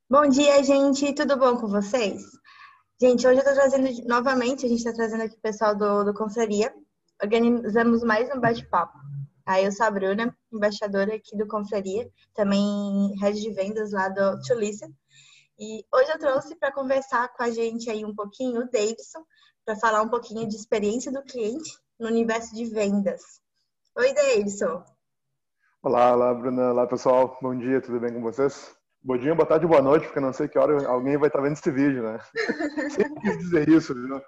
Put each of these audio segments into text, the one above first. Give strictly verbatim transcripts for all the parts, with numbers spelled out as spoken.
Bom dia, gente. Tudo bom com vocês? Gente, hoje eu tô trazendo de- novamente, a gente está trazendo aqui o pessoal do, do Conselhia. Organizamos mais um bate-papo. Aí eu sou a Bruna, embaixadora aqui do Conselhia, também head de vendas lá do Tulícia. E hoje eu trouxe para conversar com a gente aí um pouquinho o Davidson, para falar um pouquinho de experiência do cliente no universo de vendas. Oi, Davidson. Olá, olá, Bruna. Olá, pessoal. Bom dia, tudo bem com vocês? Bom dia, boa tarde, boa noite, porque eu não sei que hora alguém vai estar vendo esse vídeo, né? Sempre quis dizer isso, viu?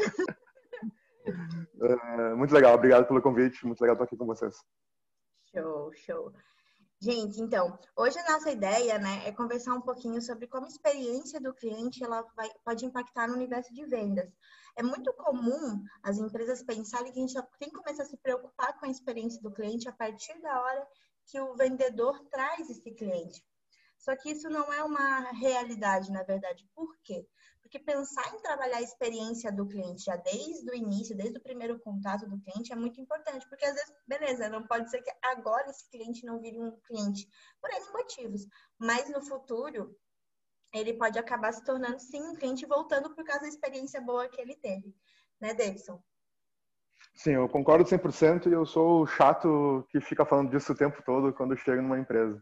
É, muito legal, obrigado pelo convite, muito legal estar aqui com vocês. Show, show. Gente, então, hoje a nossa ideia, né, é conversar um pouquinho sobre como a experiência do cliente ela vai, pode impactar no universo de vendas. É muito comum as empresas pensarem que a gente só tem que começar a se preocupar com a experiência do cliente a partir da hora que o vendedor traz esse cliente. Só que isso não é uma realidade, na verdade. Por quê? Porque pensar em trabalhar a experiência do cliente já desde o início, desde o primeiro contato do cliente, é muito importante. Porque às vezes, beleza, não pode ser que agora esse cliente não vire um cliente por N motivos. Mas no futuro, ele pode acabar se tornando, sim, um cliente voltando por causa da experiência boa que ele teve. Né, Davidson? Sim, eu concordo cem por cento e eu sou o chato que fica falando disso o tempo todo quando chega numa empresa.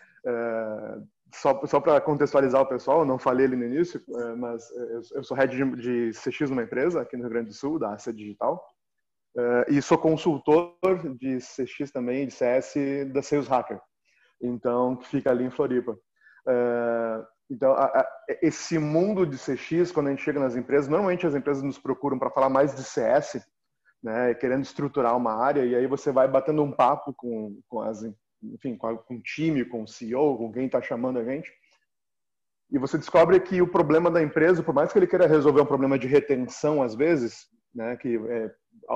É, só só para contextualizar o pessoal, eu não falei ali no início, é, mas eu, eu sou head de, de C X numa empresa aqui no Rio Grande do Sul, da Ásia Digital, é, e sou consultor de C X também, de C S, da Sales Hacker, então que fica ali em Floripa. É, então, a, a, esse mundo de C X, quando a gente chega nas empresas, normalmente as empresas nos procuram para falar mais de C S, né, querendo estruturar uma área, e aí você vai batendo um papo com, com as enfim, com, a, com o time, com o C E O, com quem está chamando a gente, e você descobre que o problema da empresa, por mais que ele queira resolver um problema de retenção, às vezes, né, que é,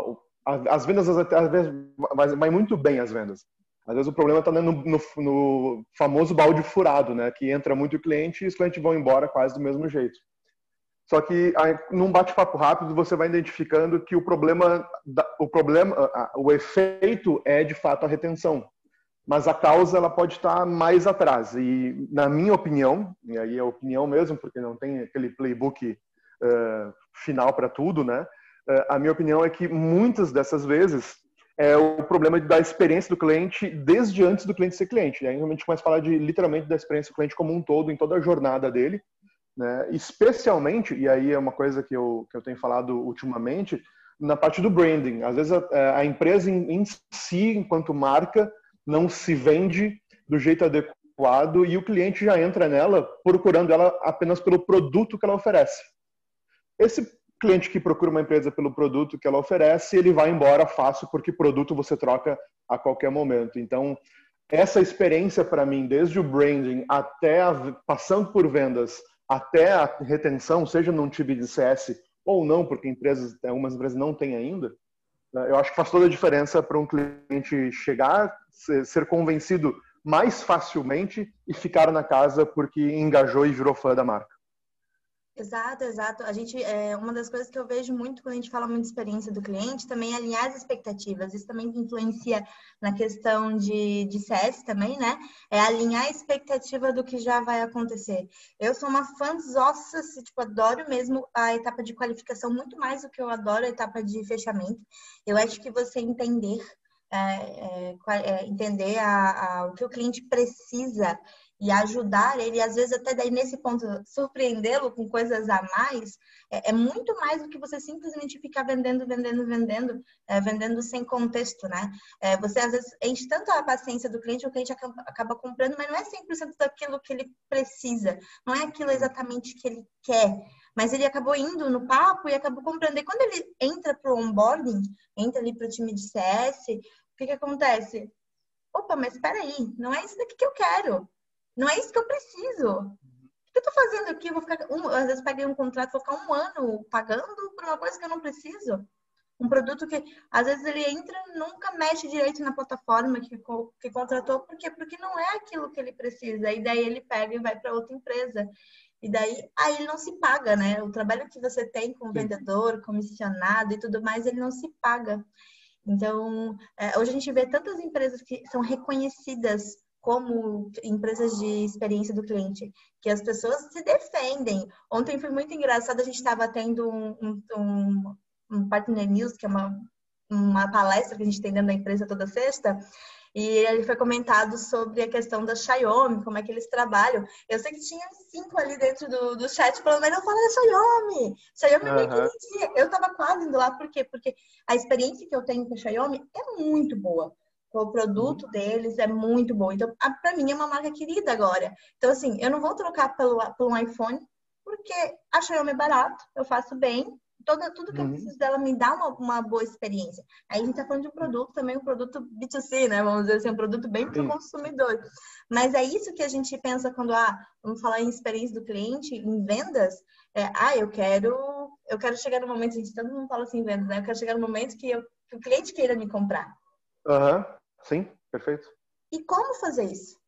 as vendas, às vezes, vai, vai muito bem as vendas. Às vezes o problema está no, no, no famoso balde furado, né, que entra muito cliente e os clientes vão embora quase do mesmo jeito. Só que aí, num bate-papo rápido você vai identificando que o problema, o problema, o efeito é de fato a retenção, mas a causa ela pode estar mais atrás. E na minha opinião, e aí é opinião mesmo, porque não tem aquele playbook uh, final para tudo, né? Uh, a minha opinião é que muitas dessas vezes é o problema da experiência do cliente desde antes do cliente ser cliente. E aí a gente começa a falar de literalmente da experiência do cliente como um todo, em toda a jornada dele. Né? Especialmente, e aí é uma coisa que eu, que eu tenho falado ultimamente, na parte do branding. Às vezes a, a empresa em, em si, enquanto marca, não se vende do jeito adequado e o cliente já entra nela procurando ela apenas pelo produto que ela oferece. Esse cliente que procura uma empresa pelo produto que ela oferece, ele vai embora fácil porque produto você troca a qualquer momento. Então, essa experiência para mim, desde o branding até a, passando por vendas, até a retenção, seja num time de C S ou não, porque empresas, algumas empresas não têm ainda, eu acho que faz toda a diferença para um cliente chegar, ser convencido mais facilmente e ficar na casa porque engajou e virou fã da marca. Exato, exato. A gente, é, uma das coisas que eu vejo muito quando a gente fala muito de experiência do cliente também é alinhar as expectativas. Isso também influencia na questão de, de C S também, né? É alinhar a expectativa do que já vai acontecer. Eu sou uma fãzossa, tipo, adoro mesmo a etapa de qualificação muito mais do que eu adoro a etapa de fechamento. Eu acho que você entender, é, é, é, entender a, a, o que o cliente precisa e ajudar ele, às vezes até daí nesse ponto surpreendê-lo com coisas a mais, é, é muito mais do que você simplesmente ficar vendendo, vendendo, vendendo, é, vendendo sem contexto, né? É, você às vezes enche tanto a paciência do cliente, o cliente acaba, acaba comprando, mas não é cem por cento daquilo que ele precisa, não é aquilo exatamente que ele quer, mas ele acabou indo no papo e acabou comprando. E quando ele entra para o onboarding, entra ali para o time de C S, o que que acontece? Opa, mas espera aí, não é isso daqui que eu quero. Não é isso que eu preciso. O que eu tô fazendo aqui? Eu vou ficar um, às vezes peguei um contrato, vou ficar um ano pagando por uma coisa que eu não preciso. Um produto que, às vezes, ele entra e nunca mexe direito na plataforma que, que contratou. Por quê? Porque não é aquilo que ele precisa. E daí ele pega e vai para outra empresa. E daí, aí ele não se paga, né? O trabalho que você tem com o vendedor, comissionado e tudo mais, ele não se paga. Então, é, hoje a gente vê tantas empresas que são reconhecidas como empresas de experiência do cliente, que as pessoas se defendem. Ontem foi muito engraçado, a gente estava tendo um, um, um Partner News, que é uma, uma palestra que a gente tem dentro da empresa toda sexta, e ele foi comentado sobre a questão da Xiaomi, como é que eles trabalham. Eu sei que tinha cinco ali dentro do, do chat, falando, mas não fala da Xiaomi. Xiaomi é minha queridinha. Eu tava quase indo lá, por quê? Porque a experiência que eu tenho com a Xiaomi é muito boa. O produto deles é muito bom. Então, para mim, é uma marca querida agora. Então, assim, eu não vou trocar pelo, pelo iPhone, porque a Xiaomi é barato, eu faço bem. Toda, tudo que eu preciso dela me dá uma, uma boa experiência. Aí a gente tá falando de um produto também, um produto B dois C, né? Vamos dizer assim, um produto bem para o consumidor. Mas é isso que a gente pensa quando, ah, vamos falar em experiência do cliente, em vendas. É, ah, eu quero, eu quero chegar no momento, a gente todo mundo fala assim em vendas, né? Eu quero chegar no momento que, eu, que o cliente queira me comprar. Aham, uhum. Sim, perfeito. E como fazer isso?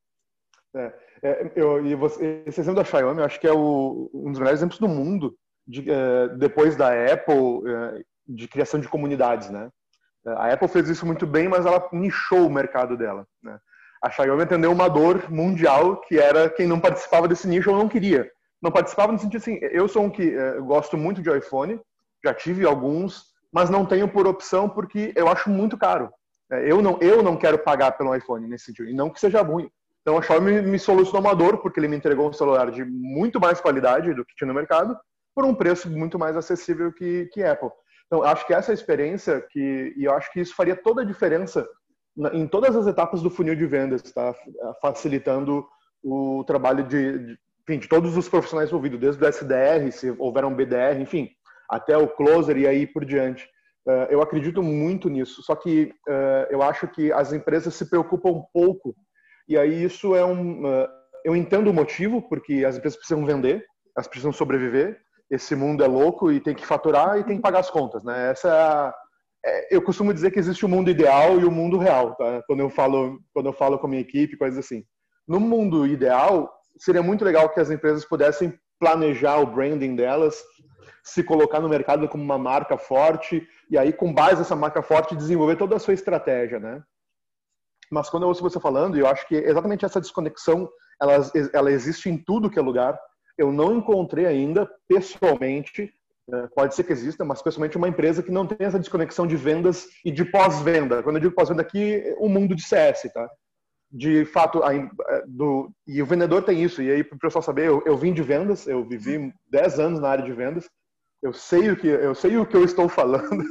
É, é, eu, e você, esse exemplo da Xiaomi, eu acho que é o, um dos melhores exemplos do mundo, de, é, depois da Apple, é, de criação de comunidades, né? A Apple fez isso muito bem, mas ela nichou o mercado dela, né? A Xiaomi atendeu uma dor mundial, que era quem não participava desse nicho ou não queria. Não participava no sentido assim, eu sou um que é, gosto muito de iPhone, já tive alguns, mas não tenho por opção porque eu acho muito caro. Eu não, eu não quero pagar pelo iPhone nesse sentido, e não que seja ruim. Então a Xiaomi me solucionou uma dor, porque ele me entregou um celular de muito mais qualidade do que tinha no mercado, por um preço muito mais acessível que, que Apple. Então acho que essa experiência, que, e eu acho que isso faria toda a diferença em todas as etapas do funil de vendas, tá? Facilitando o trabalho de, de, enfim, de todos os profissionais envolvidos, desde o S D R, se houver um B D R, enfim, até o closer e aí por diante. Uh, eu acredito muito nisso, só que uh, eu acho que as empresas se preocupam um pouco, e aí isso é um... Uh, eu entendo o motivo, porque as empresas precisam vender, elas precisam sobreviver, esse mundo é louco e tem que faturar e tem que pagar as contas, né? Essa é a, é, eu costumo dizer que existe o mundo ideal e o mundo real, tá? Quando eu falo, quando eu falo com a minha equipe, coisas assim. No mundo ideal, seria muito legal que as empresas pudessem planejar o branding delas, se colocar no mercado como uma marca forte, e aí, com base nessa marca forte, desenvolver toda a sua estratégia, né? Mas quando eu ouço você falando, eu acho que exatamente essa desconexão, ela, ela existe em tudo que é lugar. Eu não encontrei ainda, pessoalmente, pode ser que exista, mas pessoalmente uma empresa que não tem essa desconexão de vendas e de pós-venda. Quando eu digo pós-venda aqui, o mundo de C S, tá? De fato, a, do, e o vendedor tem isso, e aí para o pessoal saber, eu, eu vim de vendas, eu vivi dez anos na área de vendas, eu sei o que eu sei o que eu estou falando.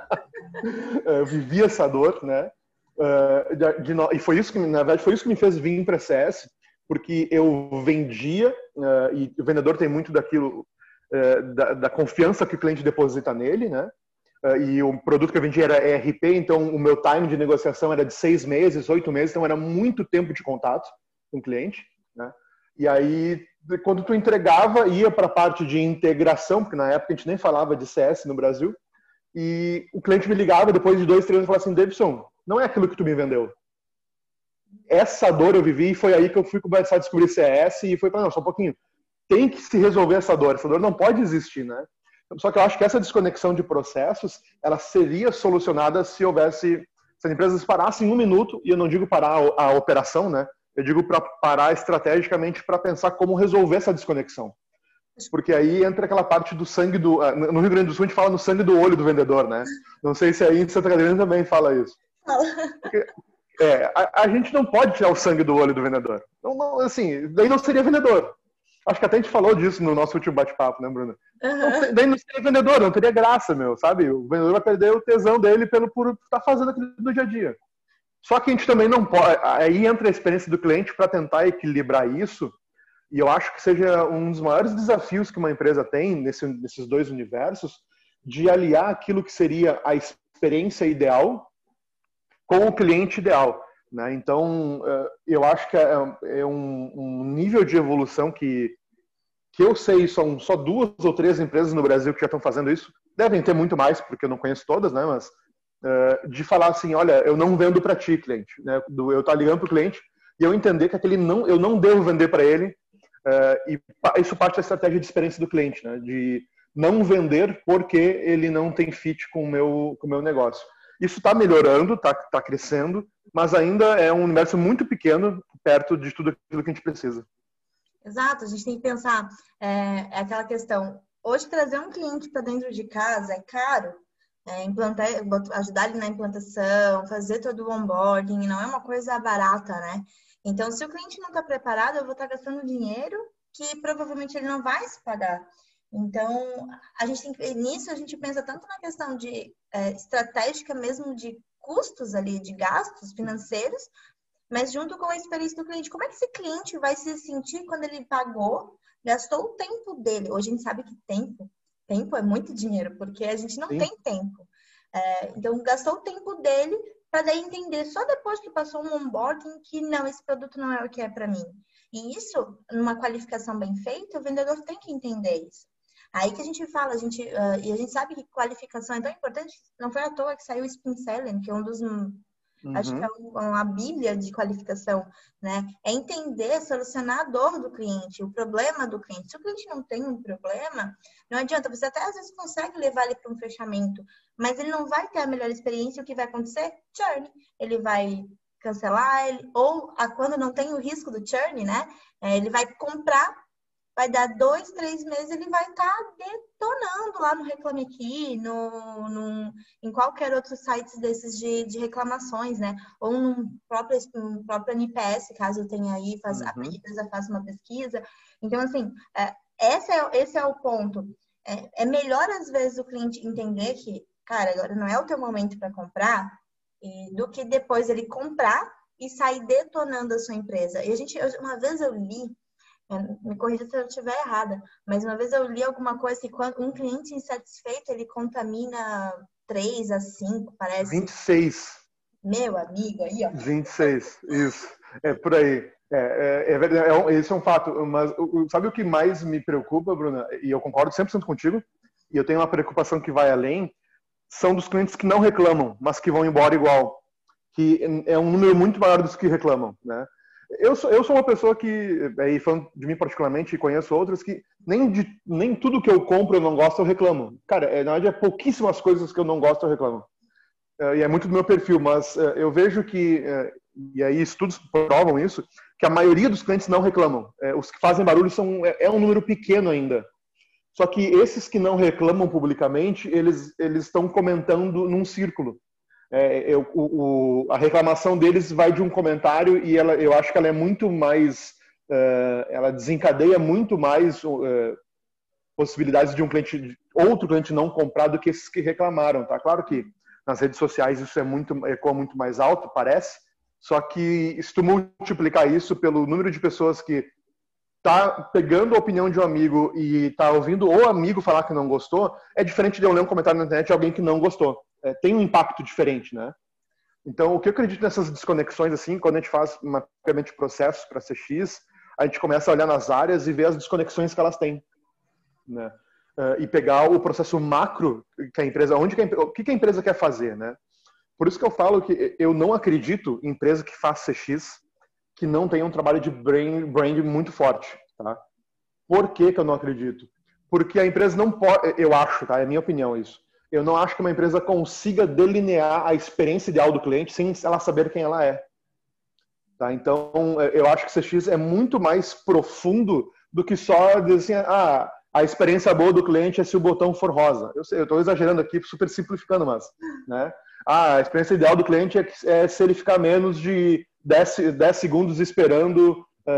Eu vivi essa dor, né? De, de, e foi isso que, na verdade, foi isso que me fez vir para C S, porque eu vendia, e o vendedor tem muito daquilo, da, da confiança que o cliente deposita nele, né? E o produto que eu vendia era E R P, então o meu time de negociação era de seis meses, oito meses, então era muito tempo de contato com o cliente, né? E aí, quando tu entregava, ia para a parte de integração, porque na época a gente nem falava de C S no Brasil, e o cliente me ligava depois de dois, três anos e falava assim, Davidson, não é aquilo que tu me vendeu. Essa dor eu vivi e foi aí que eu fui começar a descobrir C S e foi para não, só um pouquinho. Tem que se resolver essa dor, essa dor não pode existir, né? Só que eu acho que essa desconexão de processos, ela seria solucionada se houvesse, se as empresas parassem um minuto, e eu não digo parar a, a operação, né? Eu digo para parar estrategicamente para pensar como resolver essa desconexão. Porque aí entra aquela parte do sangue do... No Rio Grande do Sul a gente fala no sangue do olho do vendedor, né? Não sei se aí em Santa Catarina também fala isso. Porque, é, a, a gente não pode tirar o sangue do olho do vendedor. Então, não, assim, daí não seria vendedor. Acho que até a gente falou disso no nosso último bate-papo, né, Bruna? Uhum. Não, daí não seria vendedor, não teria graça, meu, sabe? O vendedor vai perder o tesão dele pelo por estar fazendo aquilo do dia a dia. Só que a gente também não pode... Aí entra a experiência do cliente para tentar equilibrar isso, e eu acho que seja um dos maiores desafios que uma empresa tem nesse, nesses dois universos, de aliar aquilo que seria a experiência ideal com o cliente ideal, né? Então, eu acho que é um, um nível de evolução que, que eu sei, são só duas ou três empresas no Brasil que já estão fazendo isso. Devem ter muito mais, porque eu não conheço todas, né? Mas de falar assim, olha, eu não vendo para ti, cliente, né? Eu estou ligando para o cliente e eu entender que aquele não, eu não devo vender para ele, e isso parte da estratégia de experiência do cliente, né? De não vender porque ele não tem fit com o meu, com o meu negócio. Isso está melhorando, está tá crescendo, mas ainda é um universo muito pequeno perto de tudo aquilo que a gente precisa. Exato, a gente tem que pensar, é, é aquela questão, hoje trazer um cliente para dentro de casa é caro, é, implantar, ajudar ele na implantação, fazer todo o onboarding, não é uma coisa barata, né? Então, se o cliente não está preparado, eu vou estar gastando dinheiro que provavelmente ele não vai se pagar. Então, a gente tem que, nisso a gente pensa tanto na questão de é, estratégica mesmo de custos ali, de gastos financeiros, mas junto com a experiência do cliente. Como é que esse cliente vai se sentir quando ele pagou, gastou o tempo dele? Hoje a gente sabe que tempo, tempo é muito dinheiro, porque a gente não Sim. tem tempo. É, então, gastou o tempo dele para daí entender só depois que passou um onboarding que não, esse produto não é o que é para mim. E isso, numa qualificação bem feita, o vendedor tem que entender isso. Aí que a gente fala, a gente, uh, e a gente sabe que qualificação é tão importante, não foi à toa que saiu o Spin Selling, que é um dos, uhum. acho que é uma bíblia de qualificação, né? É entender, solucionar a dor do cliente, o problema do cliente. Se o cliente não tem um problema, não adianta, você até às vezes consegue levar ele para um fechamento, mas ele não vai ter a melhor experiência, o que vai acontecer? Churn. Ele vai cancelar, ele, ou a, quando não tem o risco do churn, né? É, ele vai comprar, vai dar dois, três meses, ele vai estar tá detonando lá no Reclame Aqui, no, no, em qualquer outro site desses de, de reclamações, né? Ou no próprio, no próprio N P S, caso tenha aí, faz, uhum. a empresa faça uma pesquisa. Então, assim, é, esse, é, esse é o ponto. É, é melhor, às vezes, o cliente entender que, cara, agora não é o teu momento para comprar, e, do que depois ele comprar e sair detonando a sua empresa. E a gente, uma vez eu li, me corrija se eu estiver errada, mas uma vez eu li alguma coisa que quando um cliente insatisfeito, ele contamina três a cinco, parece. vinte e seis. Meu amigo, aí, ó. vinte e seis, isso. É por aí. É, é, é verdade, é um, esse é um fato. Mas sabe o que mais me preocupa, Bruna? E eu concordo cem por cento contigo, e eu tenho uma preocupação que vai além, são dos clientes que não reclamam, mas que vão embora igual. Que é um número muito maior dos que reclamam, né? Eu sou, eu sou uma pessoa que, aí falando de mim particularmente, e conheço outras que nem, de, nem tudo que eu compro eu não gosto, eu reclamo. Cara, é, na verdade, é pouquíssimas coisas que eu não gosto, eu reclamo. É, e é muito do meu perfil, mas é, eu vejo que, é, e aí estudos provam isso, que a maioria dos clientes não reclamam. É, os que fazem barulho são, é, é um número pequeno ainda. Só que esses que não reclamam publicamente, eles eles estão comentando num círculo. É, eu, o, a reclamação deles vai de um comentário e ela, eu acho que ela é muito mais, uh, ela desencadeia muito mais uh, possibilidades de um cliente, outro cliente não comprar do que esses que reclamaram, tá? Claro que nas redes sociais isso é muito, ecoa muito mais alto, parece, só que se tu multiplicar isso pelo número de pessoas que tá pegando a opinião de um amigo e tá ouvindo o amigo falar que não gostou, é diferente de eu ler um comentário na internet de alguém que não gostou. É, tem um impacto diferente, né? Então, o que eu acredito nessas desconexões, assim, quando a gente faz mapeamento de processos para C X, a gente começa a olhar nas áreas e ver as desconexões que elas têm, né? Uh, e pegar o processo macro que a empresa, onde que a, o que a empresa quer fazer, né? Por isso que eu falo que eu não acredito em empresa que faz C X que não tenha um trabalho de brand, brand muito forte, tá? Por que que eu não acredito? Porque a empresa não pode, eu acho, tá? É a minha opinião isso. Eu não acho que uma empresa consiga delinear a experiência ideal do cliente sem ela saber quem ela é. Tá? Então, eu acho que C X é muito mais profundo do que só dizer assim, ah, a experiência boa do cliente é se o botão for rosa. Eu sei, eu estou exagerando aqui, super simplificando, mas, né? Ah, a experiência ideal do cliente é, é se ele ficar menos de dez segundos esperando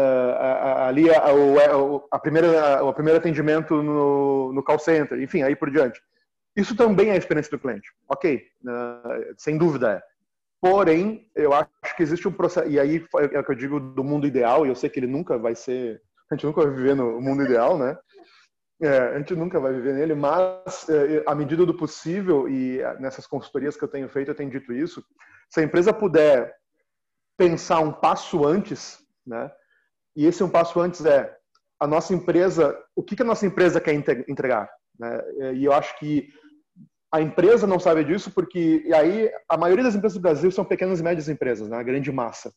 uh, ali a, a, a primeira, o primeiro atendimento no, no call center, enfim, aí por diante. Isso também é a experiência do cliente. Ok, uh, sem dúvida é. Porém, eu acho que existe um processo, e aí é o que eu digo do mundo ideal, e eu sei que ele nunca vai ser, a gente nunca vai viver no mundo ideal, né? É, a gente nunca vai viver nele, mas é, à medida do possível, e nessas consultorias que eu tenho feito, eu tenho dito isso, se a empresa puder pensar um passo antes, né? E esse um passo antes é a nossa empresa, o que, que a nossa empresa quer entregar, né? E eu acho que a empresa não sabe disso porque e aí a maioria das empresas do Brasil são pequenas e médias empresas, né? A grande massa.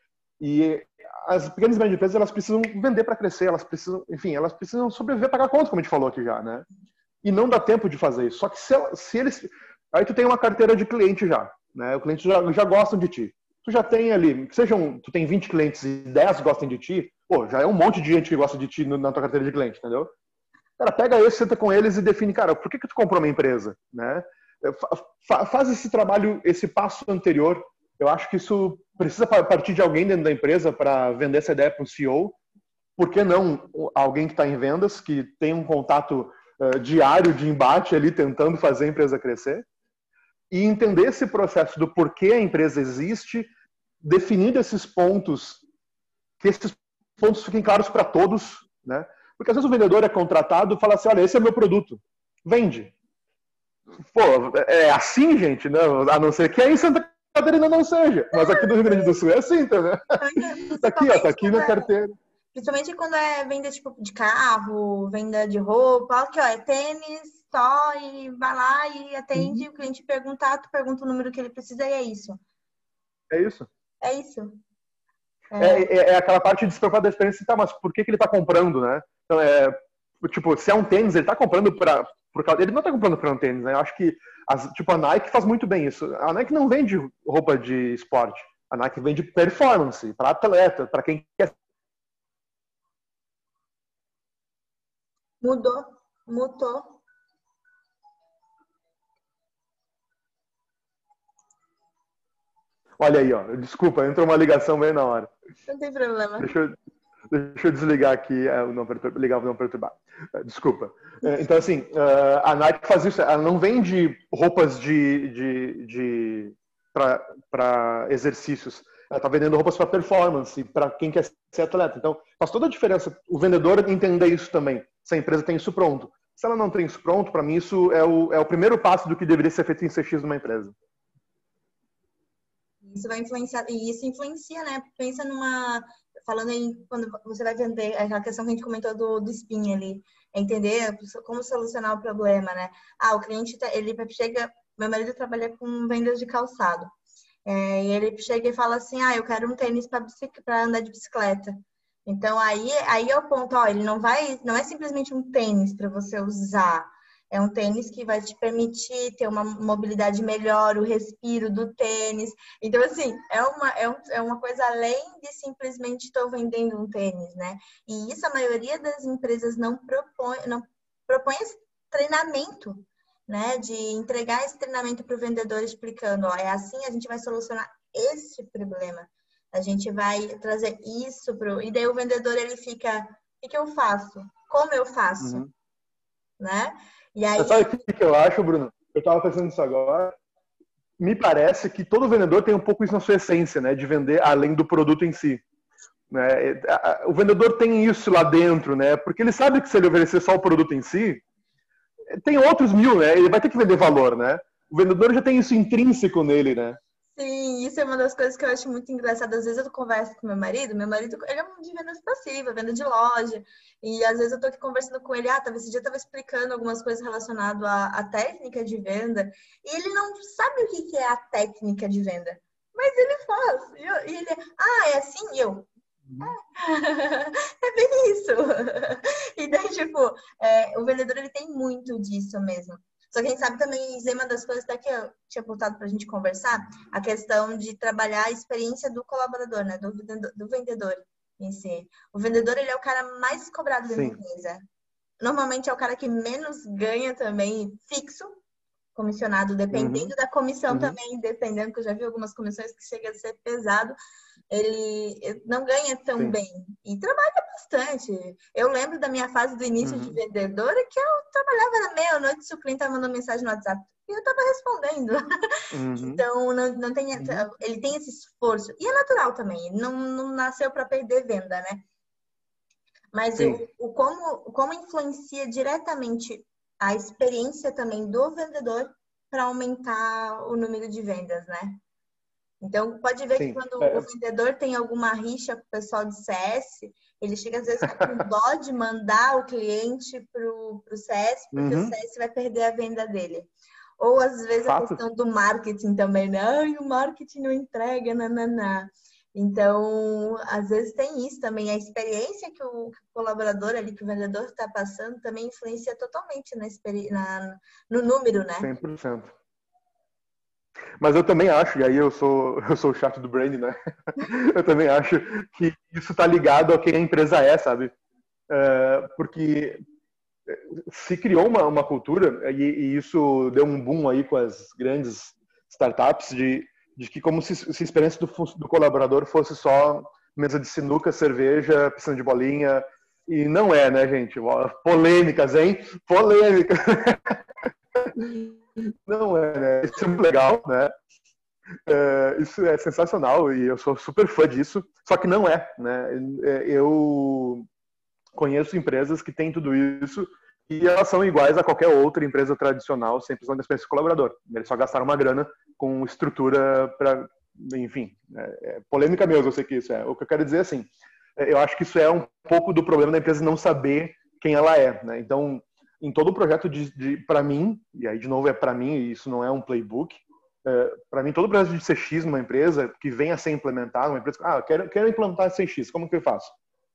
E as pequenas e médias empresas, elas precisam vender para crescer, elas precisam, enfim, elas precisam sobreviver, pagar conta, como a gente falou aqui já, né? E não dá tempo de fazer isso. Só que se, se eles Aí tu tem uma carteira de cliente já, né? O cliente já, já gostam de ti. Tu já tem ali, sejam, tu tem vinte clientes e dez gostam de ti, pô, já é um monte de gente que gosta de ti na tua carteira de cliente, entendeu? Cara, pega esse, senta com eles e define, cara, por que que tu comprou uma empresa, né? Fa faz esse trabalho, esse passo anterior. Eu acho que isso precisa partir de alguém dentro da empresa para vender essa ideia para um C E O. Por que não alguém que está em vendas, que tem um contato uh, diário de embate ali, tentando fazer a empresa crescer? E entender esse processo do porquê a empresa existe, definindo esses pontos, que esses pontos fiquem claros para todos, né? Porque às vezes o vendedor é contratado e fala assim, olha, esse é o meu produto, vende. Pô, é assim, gente, né? A não ser que aí em Santa Catarina não seja, mas aqui no Rio Grande do Sul é assim, tá, né? Tá aqui, ó, tá aqui na carteira. Principalmente quando é venda tipo, de carro, venda de roupa, aqui, ó, é tênis só, e vai lá e atende, uhum. O cliente perguntar, tu pergunta o número que ele precisa e é isso. É isso. É isso. É, é, é aquela parte de se preocupar da experiência, tá, mas por que que ele tá comprando, né? Então, é, tipo, se é um tênis, ele tá comprando pra, por causa, ele não tá comprando pra um tênis, né? Eu acho que, as, tipo, a Nike faz muito bem isso. A Nike não vende roupa de esporte. A Nike vende performance, para atleta, para quem quer. Mudou, mudou. Olha aí, ó. Desculpa, entrou uma ligação bem na hora. Não tem problema. Deixa eu, deixa eu desligar aqui, é, o não perturbar, ligar o não perturbar. Desculpa. Então, assim, a Nike faz isso. Ela não vende roupas de, de, de para exercícios. Ela está vendendo roupas para performance, para quem quer ser atleta. Então, faz toda a diferença o vendedor entender isso também. Se a empresa tem isso pronto. Se ela não tem isso pronto, para mim, isso é o, é o primeiro passo do que deveria ser feito em C X numa empresa. Isso vai influenciar, e isso influencia, né? Pensa numa, falando aí, quando você vai vender, aquela questão que a gente comentou do, do spin ali, é entender como solucionar o problema, né? Ah, o cliente, ele chega, meu marido trabalha com vendas de calçado, é, e ele chega e fala assim, ah, eu quero um tênis para andar de bicicleta. Então, aí, aí é o ponto, ó, ele não vai, não é simplesmente um tênis para você usar, é um tênis que vai te permitir ter uma mobilidade melhor, o respiro do tênis. Então, assim, é uma, é, um, é uma coisa além de simplesmente estou vendendo um tênis, né? E isso a maioria das empresas não propõe, não propõe esse treinamento, né? De entregar esse treinamento para o vendedor explicando, ó, é assim a gente vai solucionar esse problema. A gente vai trazer isso pro... E daí o vendedor, ele fica, o que, que eu faço? Como eu faço? Uhum. Né? E aí... Sabe o que eu acho, Bruno? Eu estava pensando nisso agora. Me parece que todo vendedor tem um pouco isso na sua essência, né? De vender além do produto em si. Né? O vendedor tem isso lá dentro, né? Porque ele sabe que se ele oferecer só o produto em si, tem outros mil, né? Ele vai ter que vender valor, né? O vendedor já tem isso intrínseco nele, né? Sim, isso é uma das coisas que eu acho muito engraçada. Às vezes eu converso com meu marido, meu marido, ele é de venda passiva, venda de loja, e às vezes eu tô aqui conversando com ele, ah, tava, esse dia eu tava explicando algumas coisas relacionadas à, à técnica de venda, e ele não sabe o que, que é a técnica de venda, mas ele faz, e, eu, e ele, ah, é assim? E eu, é, é bem isso. E daí, tipo, é, o vendedor, ele tem muito disso mesmo. Só que a gente sabe também, uma das coisas até que eu tinha apontado para a gente conversar, a questão de trabalhar a experiência do colaborador, né? Do, do vendedor em si. O vendedor, ele é o cara mais cobrado da empresa. Normalmente é o cara que menos ganha também, fixo, comissionado, dependendo uhum. da comissão uhum. também, dependendo, que eu já vi algumas comissões que chega a ser pesado, ele não ganha tão Sim. bem e trabalha bastante. Eu lembro da minha fase do início uhum. de vendedora que eu trabalhava na meia-noite se o cliente estava mandando mensagem no WhatsApp e eu estava respondendo. Uhum. Então, não, não tem, uhum. ele tem esse esforço. E é natural também, ele não, não nasceu para perder venda, né? Mas o, o como, como influencia diretamente a experiência também do vendedor para aumentar o número de vendas, né? Então, pode ver Sim. que quando é. o vendedor tem alguma rixa com o pessoal de C S, ele chega às vezes com dó de mandar o cliente para o C S, porque uhum. o C S vai perder a venda dele. Ou, às vezes, Fato. a questão do marketing também, né? Ai, o marketing não entrega, nananá. Então, às vezes tem isso também. A experiência que o colaborador ali, que o vendedor está passando, também influencia totalmente na, na, no número, né? cem por cento. Mas eu também acho, e aí eu sou, eu sou o chato do branding, né? Eu também acho que isso está ligado a quem a empresa é, sabe? É, porque se criou uma, uma cultura, e, e isso deu um boom aí com as grandes startups, de, de que como se, se a experiência do, do colaborador fosse só mesa de sinuca, cerveja, piscina de bolinha, e não é, né, gente? Polêmicas, hein? Polêmicas! Não é, né? Isso é muito legal, né? É, isso é sensacional e eu sou super fã disso, só que não é, né? Eu conheço empresas que têm tudo isso e elas são iguais a qualquer outra empresa tradicional, sem precisar de experiência de colaborador. Eles só gastaram uma grana com estrutura para, enfim, é, é polêmica mesmo, eu sei que isso é. O que eu quero dizer é assim, eu acho que isso é um pouco do problema da empresa não saber quem ela é, né? Então, em todo o projeto de, de para mim, e aí de novo é para mim, e isso não é um playbook, é, para mim todo o projeto de C X numa empresa que venha a ser implementado, uma empresa, ah, eu quero, quero implantar C X, como que eu faço?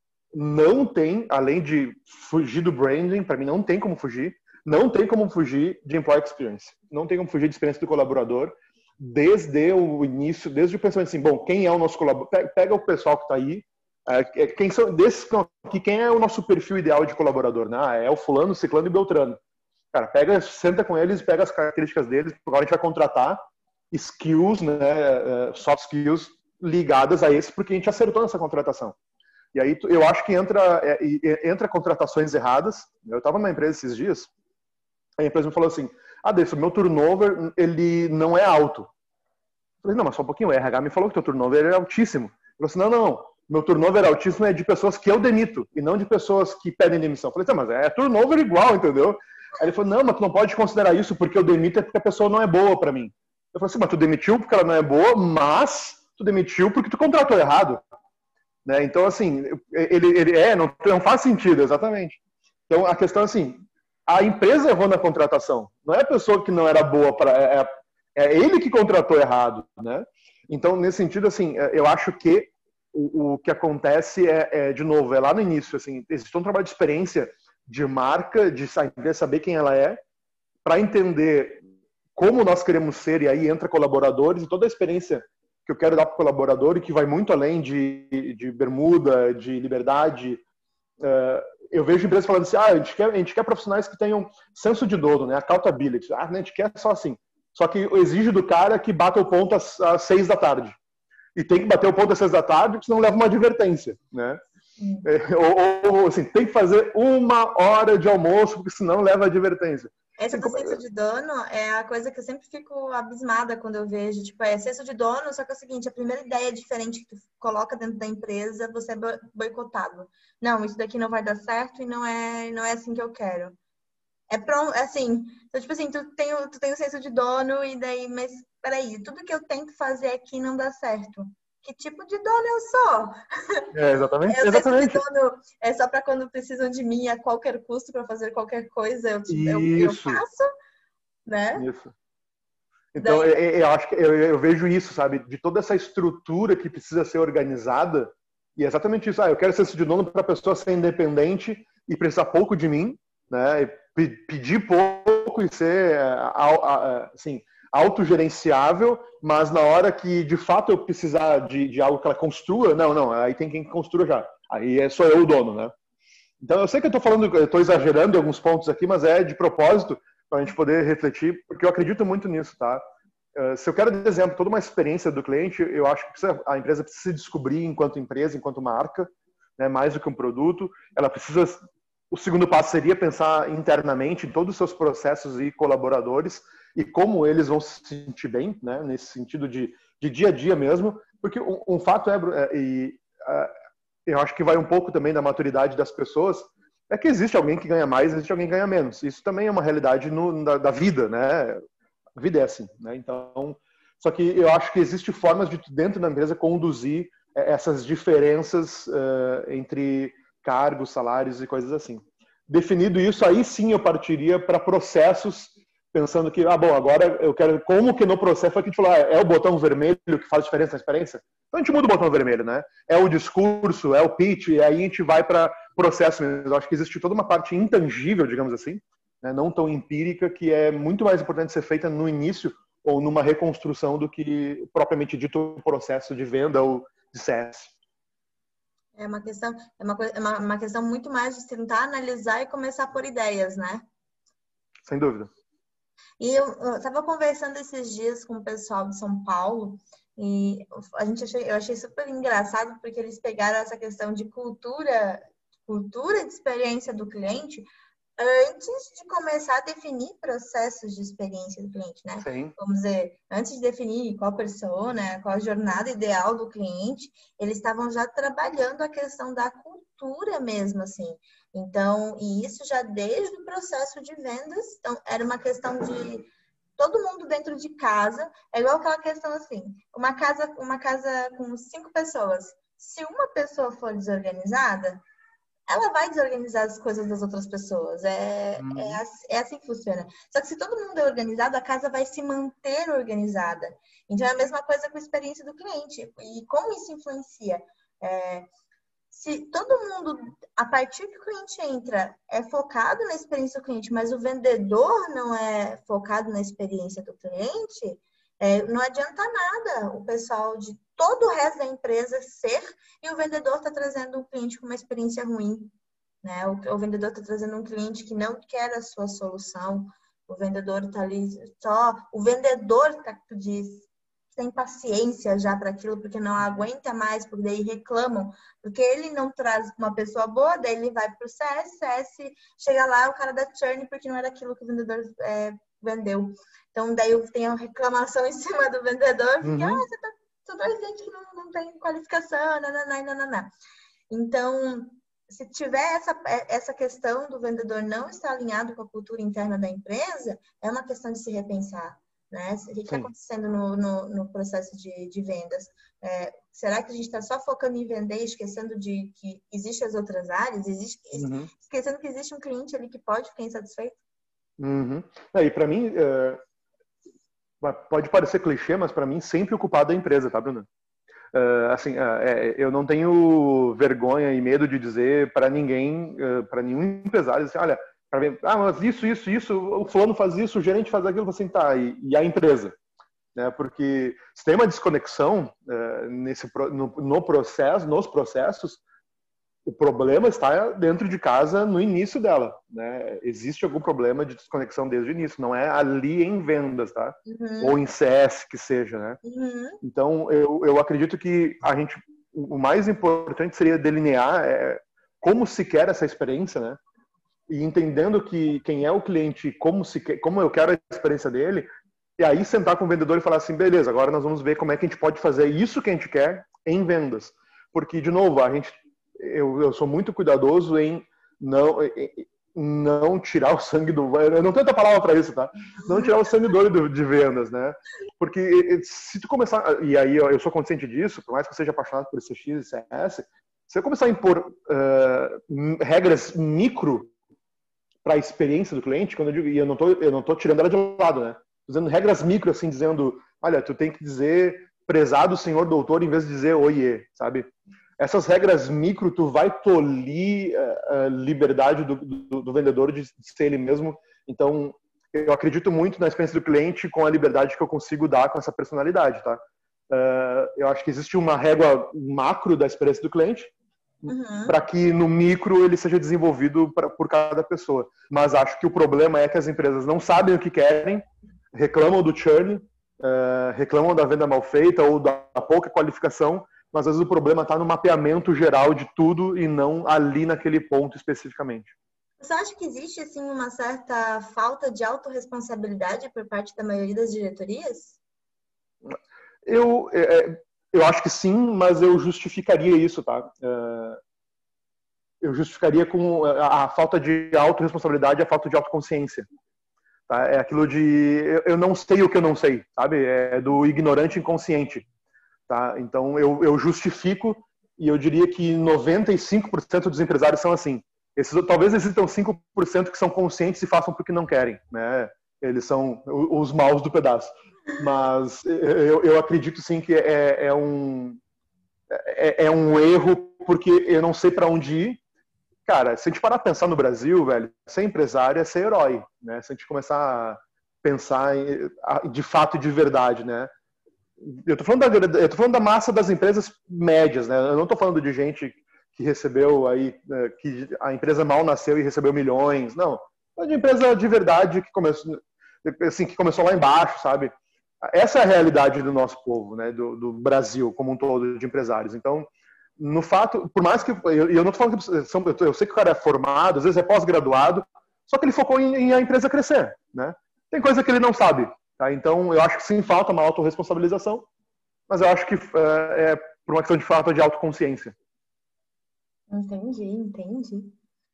Não tem, além de fugir do branding, para mim não tem como fugir, não tem como fugir de employee experience, não tem como fugir de experiência do colaborador, desde o início, desde o pensamento assim, bom, quem é o nosso colaborador? Pega o pessoal que está aí, quem são desses que quem é o nosso perfil ideal de colaborador, né? É o fulano, ciclano e beltrano. Cara, pega, senta com eles, pega as características deles, porque agora a gente vai contratar skills, né, soft skills ligadas a esse, porque a gente acertou nessa contratação. E aí eu acho que entra entra contratações erradas. Eu estava numa empresa esses dias, a empresa me falou assim: "Ah, Deus, o meu turnover ele não é alto". Eu falei: "Não, mas só um pouquinho, o R H me falou que o teu turnover é altíssimo". Ele falou assim: "Não, não. Meu turnover altíssimo é de pessoas que eu demito, e não de pessoas que pedem demissão". Eu falei, tá, mas é turnover igual, entendeu? Aí ele falou, não, mas tu não pode considerar isso porque eu demito é porque a pessoa não é boa pra mim. Eu falei assim, mas tu demitiu porque ela não é boa, mas tu demitiu porque tu contratou errado. Né? Então, assim, ele, ele é, não, não faz sentido, exatamente. Então, a questão é assim, a empresa errou na contratação, não é a pessoa que não era boa, pra, é, é ele que contratou errado, né? Então, nesse sentido, assim, eu acho que O, o que acontece é, é, de novo, é lá no início, assim, existe um trabalho de experiência de marca, de saber, saber quem ela é, para entender como nós queremos ser, e aí entra colaboradores, e toda a experiência que eu quero dar para o colaborador, e que vai muito além de, de bermuda, de liberdade. Uh, eu vejo empresas falando assim, ah, a gente, quer, a gente quer profissionais que tenham senso de dono, né, accountability. Ah, a gente quer só assim. Só que exige do cara que bata o ponto às, às seis da tarde. E tem que bater o ponto às seis da tarde, porque senão leva uma advertência, né? É, ou, ou, assim, tem que fazer uma hora de almoço, porque senão leva advertência. Essa do senso de dono é a coisa que eu sempre fico abismada quando eu vejo. Tipo, é senso de dono, só que é o seguinte, a primeira ideia diferente que tu coloca dentro da empresa, você é boicotado. Não, isso daqui não vai dar certo e não é, não é assim que eu quero. É pronto, assim, então, tipo assim, tu tem, tu tem o senso de dono e daí, mas peraí, tudo que eu tento fazer aqui não dá certo. Que tipo de dono eu sou? É, exatamente. É, exatamente. Dono é só para quando precisam de mim a qualquer custo para fazer qualquer coisa, eu, eu, eu faço, né? Isso. Então, daí... eu, eu acho que eu, eu vejo isso, sabe? De toda essa estrutura que precisa ser organizada, e é exatamente isso. Ah, eu quero ser esse de dono para a pessoa ser independente e precisar pouco de mim, né? E pedir pouco e ser assim, autogerenciável, mas na hora que de fato eu precisar de, de algo que ela construa, não, não, aí tem quem construa já. Aí é só eu o dono, né? Então eu sei que eu estou falando, eu estou exagerando em alguns pontos aqui, mas é de propósito para a gente poder refletir, porque eu acredito muito nisso, tá? Se eu quero dar exemplo, toda uma experiência do cliente, eu acho que precisa, a empresa precisa se descobrir enquanto empresa, enquanto marca, né, mais do que um produto. Ela precisa. O segundo passo seria pensar internamente em todos os seus processos e colaboradores e como eles vão se sentir bem, né, nesse sentido de, de dia a dia mesmo, porque um, um fato é, é e uh, eu acho que vai um pouco também da maturidade das pessoas, é que existe alguém que ganha mais, existe alguém que ganha menos. Isso também é uma realidade no, da, da vida, né? A vida é assim, né? Então, só que eu acho que existe formas de dentro da empresa conduzir essas diferenças uh, entre cargos, salários e coisas assim. Definido isso, aí sim eu partiria para processos, pensando que, ah, bom, agora eu quero, como que no processo, foi que a gente falou, ah, é o botão vermelho que faz diferença na experiência? Então a gente muda o botão vermelho, né? É o discurso, é o pitch, e aí a gente vai para processo mesmo. Eu acho que existe toda uma parte intangível, digamos assim, né? Não tão empírica, que é muito mais importante ser feita no início, ou numa reconstrução do que propriamente dito o processo de venda ou de C S. É uma questão, é uma, é uma, uma questão muito mais de tentar analisar e começar por ideias, né? Sem dúvida. E eu estava conversando esses dias com o pessoal de São Paulo e a gente achei, eu achei super engraçado porque eles pegaram essa questão de cultura, cultura de experiência do cliente antes de começar a definir processos de experiência do cliente, né? Sim. Vamos dizer, antes de definir qual persona, qual a jornada ideal do cliente, eles estavam já trabalhando a questão da cultura mesmo, assim. Então, e isso já desde o processo de vendas, então era uma questão de todo mundo dentro de casa, é igual aquela questão assim, uma casa, uma casa com cinco pessoas, se uma pessoa for desorganizada, ela vai desorganizar as coisas das outras pessoas. É, Uhum. é, assim, é assim que funciona. Só que se todo mundo é organizado, a casa vai se manter organizada. Então, é a mesma coisa com a experiência do cliente. E como isso influencia? É, se todo mundo, a partir que o cliente entra, é focado na experiência do cliente, mas o vendedor não é focado na experiência do cliente, é, não adianta nada o pessoal de todo o resto da empresa ser e o vendedor está trazendo um cliente com uma experiência ruim, né? O, o vendedor está trazendo um cliente que não quer a sua solução, o vendedor está ali só, o vendedor está sem paciência já para aquilo, porque não aguenta mais, porque daí reclamam, porque ele não traz uma pessoa boa, daí ele vai para o C S, C S chega lá, o cara dá churn porque não era aquilo que o vendedor é, vendeu. Então, daí tem a reclamação em cima do vendedor, porque, uhum. ah, você tá, só tá dizendo que não, não tem qualificação, nananá, nananá. Então, se tiver essa, essa questão do vendedor não estar alinhado com a cultura interna da empresa, é uma questão de se repensar, né? O que está acontecendo no, no, no processo de, de vendas? É, será que a gente está só focando em vender e esquecendo de que existem as outras áreas? Existe, uhum. Esquecendo que existe um cliente ali que pode ficar insatisfeito? Uhum. E para mim, é, pode parecer clichê, mas para mim sempre o culpado é a empresa, tá, Bruna? Uh, assim, uh, é, eu não tenho vergonha e medo de dizer para ninguém, uh, para nenhum empresário, assim, olha, ver, ah, mas isso, isso, isso, o fulano faz isso, o gerente faz aquilo, assim, tá, e, e a empresa, né? Porque se tem uma desconexão uh, nesse no, no processo, nos processos, o problema está dentro de casa no início dela, né? Existe algum problema de desconexão desde o início, não é ali em vendas, tá? Uhum. Ou em C S que seja, né? Uhum. Então, eu, eu acredito que a gente, o mais importante seria delinear é, como se quer essa experiência, né? E entendendo que quem é o cliente, como, se quer, como eu quero a experiência dele, e aí sentar com o vendedor e falar assim, beleza, agora nós vamos ver como é que a gente pode fazer isso que a gente quer em vendas. Porque, de novo, a gente Eu, eu sou muito cuidadoso em não, em não tirar o sangue do... Eu não tenho outra palavra para isso, tá? Não tirar o sangue do olho de vendas, né? Porque se tu começar... E aí eu sou consciente disso, por mais que eu seja apaixonado por C X e C S, se eu começar a impor uh, regras micro para a experiência do cliente, quando eu digo... E eu não tô, eu não tô tirando ela de lado, né? Tô dizendo regras micro, assim, dizendo... Olha, tu tem que dizer prezado senhor doutor em vez de dizer oiê, sabe? Essas regras micro, tu vai tolir a liberdade do, do, do vendedor de ser ele mesmo. Então, eu acredito muito na experiência do cliente com a liberdade que eu consigo dar com essa personalidade, tá? Uh, eu acho que existe uma régua macro da experiência do cliente uhum. para que no micro ele seja desenvolvido pra, por cada pessoa. Mas acho que o problema é que as empresas não sabem o que querem, reclamam do churn, uh, reclamam da venda mal feita ou da pouca qualificação, mas às vezes o problema está no mapeamento geral de tudo e não ali naquele ponto especificamente. Você acha que existe assim uma certa falta de autorresponsabilidade por parte da maioria das diretorias? Eu, é, eu acho que sim, mas eu justificaria isso, tá? É, eu justificaria com a, a falta de autorresponsabilidade e a falta de autoconsciência. Tá? É aquilo de eu, eu não sei o que eu não sei, sabe? É do ignorante inconsciente. Tá? Então, eu, eu justifico e eu diria que noventa e cinco por cento dos empresários são assim. Esses, talvez existam cinco por cento que são conscientes e façam porque não querem. Né? Eles são os maus do pedaço. Mas eu, eu acredito sim que é, é, um, é, é um erro porque eu não sei para onde ir. Cara, se a gente parar a pensar no Brasil, velho, ser empresário é ser herói. Né? Se a gente começar pensar em, de fato e de verdade, né? Eu tô falando da, eu tô falando da massa das empresas médias, né? Eu não tô falando de gente que recebeu aí, que a empresa mal nasceu e recebeu milhões, não. É de empresa de verdade que começou, assim, que começou lá embaixo, sabe? Essa é a realidade do nosso povo, né? Do, do Brasil como um todo de empresários. Então, no fato, por mais que eu, eu não tô falando que são, eu sei que o cara é formado, às vezes é pós-graduado, só que ele focou em, em a empresa crescer, né? Tem coisa que ele não sabe, tá? Então, eu acho que sim, falta uma autorresponsabilização, mas eu acho que é, é por uma questão de falta de autoconsciência. Entendi, entendi.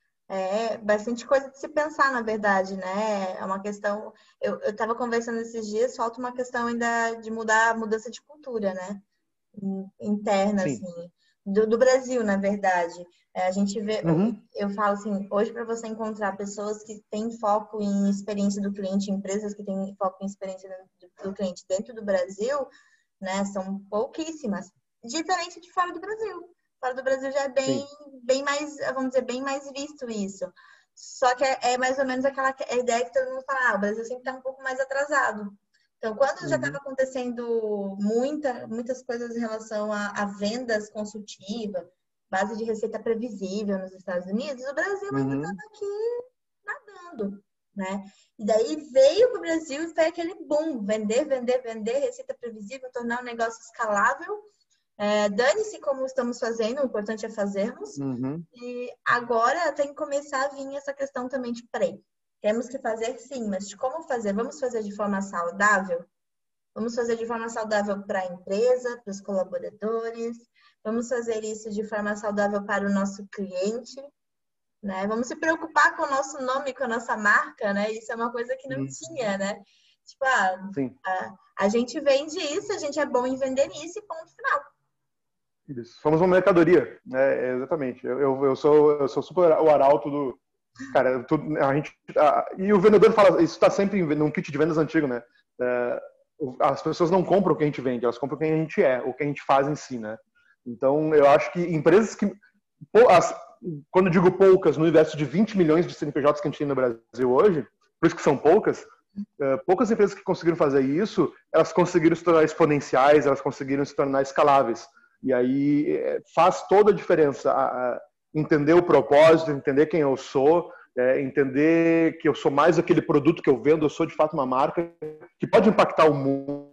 É bastante coisa de se pensar, na verdade, né? É uma questão. Eu estava conversando esses dias, falta uma questão ainda de mudar, mudança de cultura, né? Interna, Sim. assim, do, do Brasil, na verdade. É, a gente vê, Uhum. eu falo assim, hoje para você encontrar pessoas que têm foco em experiência do cliente, empresas que têm foco em experiência do, do cliente dentro do Brasil, né? São pouquíssimas. Diferente de fora do Brasil. Fora do Brasil já é bem, bem mais, vamos dizer, bem mais visto isso. Só que é, é mais ou menos aquela a ideia que todo mundo fala, ah, o Brasil sempre está um pouco mais atrasado. Então, quando já estava Uhum. acontecendo muita, muitas coisas em relação a, a vendas consultivas, base de receita previsível nos Estados Unidos, o Brasil ainda estava Uhum. aqui nadando, né? E daí veio para o Brasil e foi aquele boom, vender, vender, vender, receita previsível, tornar o negócio escalável. É, dane-se como estamos fazendo, o importante é fazermos. Uhum. E agora tem que começar a vir essa questão também de, peraí, temos que fazer sim, mas de como fazer? Vamos fazer de forma saudável? Vamos fazer de forma saudável para a empresa, para os colaboradores, vamos fazer isso de forma saudável para o nosso cliente, né? Vamos se preocupar com o nosso nome, com a nossa marca, né? Isso é uma coisa que não Uhum. tinha, né? Tipo, ah, Sim. a, a gente vende isso, a gente é bom em vender isso e ponto final. Isso. Somos uma mercadoria, né? Exatamente. Eu, eu, eu, sou, eu sou super o arauto do. Cara, tudo, a gente. A, e o vendedor fala, isso está sempre num kit de vendas antigo, né? É, as pessoas não compram o que a gente vende, elas compram quem a gente é, o que a gente faz em si, né? Então, eu acho que empresas que. As, quando eu digo poucas, no universo de vinte milhões de C N P Js que a gente tem no Brasil hoje, por isso que são poucas, poucas empresas que conseguiram fazer isso, elas conseguiram se tornar exponenciais, elas conseguiram se tornar escaláveis. E aí faz toda a diferença entender o propósito, entender quem eu sou, entender que eu sou mais aquele produto que eu vendo, eu sou de fato uma marca que pode impactar o mundo,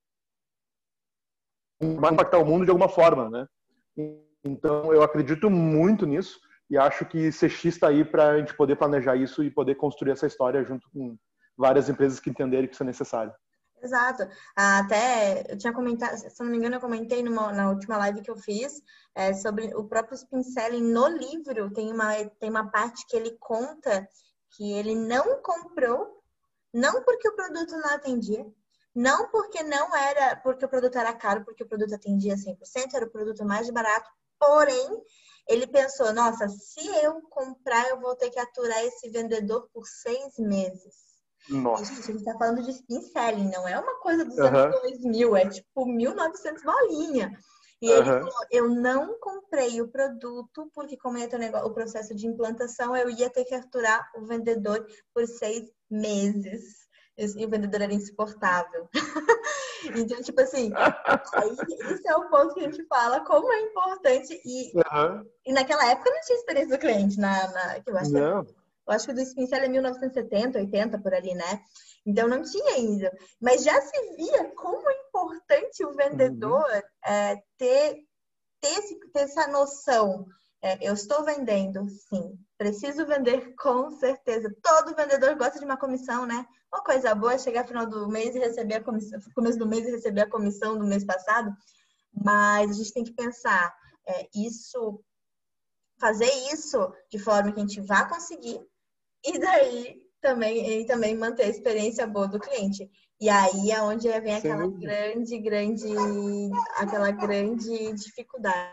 vai impactar o mundo de alguma forma, né? Então eu acredito muito nisso e acho que C X está aí para a gente poder planejar isso e poder construir essa história junto com várias empresas que entenderem que isso é necessário. Exato. Até eu tinha comentado, se não me engano, eu comentei numa, na última live que eu fiz é, sobre o próprio Spincelli no livro. Tem uma, tem uma parte que ele conta que ele não comprou, não porque o produto não atendia, não porque não era, porque o produto era caro, porque o produto atendia cem por cento, era o produto mais barato, porém, ele pensou, nossa, se eu comprar, eu vou ter que aturar esse vendedor por seis meses. Nossa. E, gente, a gente tá falando de spin selling, não é uma coisa dos Uhum. anos dois mil, é tipo mil e novecentos bolinha. E ele Uhum. falou, eu não comprei o produto porque como ia ter o processo de implantação, eu ia ter que aturar o vendedor por seis meses. E o vendedor era insuportável. Então, tipo assim, aí, esse é o ponto que a gente fala, como é importante. E, uhum. e naquela época não tinha experiência do cliente, na, na, que eu acho que era, eu acho que o do Spincelli é mil novecentos e setenta, oitenta, por ali, né? Então, não tinha ainda. Mas já se via como é importante o vendedor uhum. é, ter, ter, esse, ter essa noção. É, eu estou vendendo, sim. Preciso vender, com certeza. Todo vendedor gosta de uma comissão, né? Uma coisa boa é chegar no final do mês e receber a comissão, começo do mês e receber a comissão do mês passado. Mas a gente tem que pensar, é, isso, fazer isso de forma que a gente vá conseguir. E daí também, e também manter a experiência boa do cliente. E aí é onde vem aquela Sim. grande, grande, aquela grande dificuldade.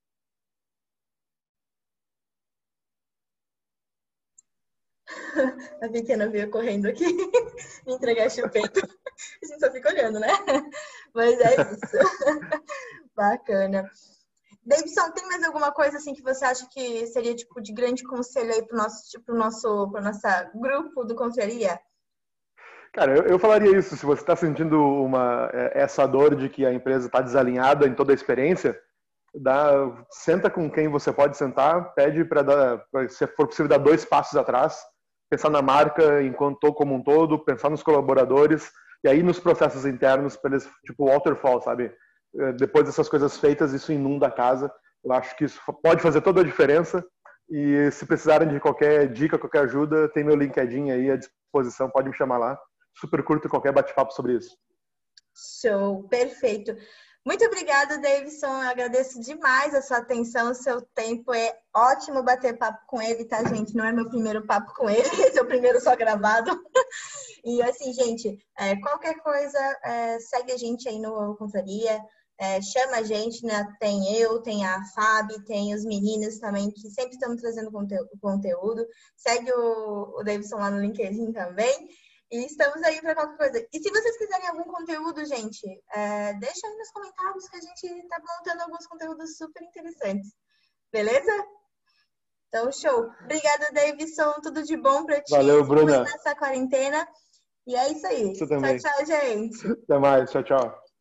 A pequena veio correndo aqui me entregar a chupeta. A gente só fica olhando, né? Mas é isso. Bacana. Davidson, tem mais alguma coisa assim que você acha que seria tipo de grande conselho aí pro nosso, tipo, nosso, pro nosso grupo do Confraria? Cara, eu, eu falaria isso. Se você está sentindo uma, essa dor de que a empresa está desalinhada em toda a experiência, dá, senta com quem você pode sentar, pede para dar, se for possível, dar dois passos atrás, pensar na marca enquanto como um todo, pensar nos colaboradores e aí nos processos internos, para eles, tipo waterfall, sabe? Depois dessas coisas feitas, isso inunda a casa. Eu acho que isso pode fazer toda a diferença. E se precisarem de qualquer dica, qualquer ajuda, tem meu LinkedIn aí à disposição, pode me chamar lá. Super curto qualquer bate-papo sobre isso. Show, perfeito. Muito obrigada, Davidson. Eu agradeço demais a sua atenção, o seu tempo. É ótimo bater papo com ele, tá, gente? Não é meu primeiro papo com ele, esse é o primeiro só gravado. E assim, gente, é, qualquer coisa, é, segue a gente aí no Confraria. É, chama a gente, né? Tem eu, tem a Fábio, tem os meninos também, que sempre estamos trazendo conteúdo. conteúdo. Segue o, o Davidson lá no LinkedIn também. E estamos aí para qualquer coisa. E se vocês quiserem algum conteúdo, gente, é, deixa aí nos comentários que a gente está montando alguns conteúdos super interessantes. Beleza? Então, show. Obrigada, Davidson. Tudo de bom para ti. Valeu, Bruna. Nessa quarentena. E é isso aí. Você também. Tchau, tchau, gente. Até mais. Tchau, tchau.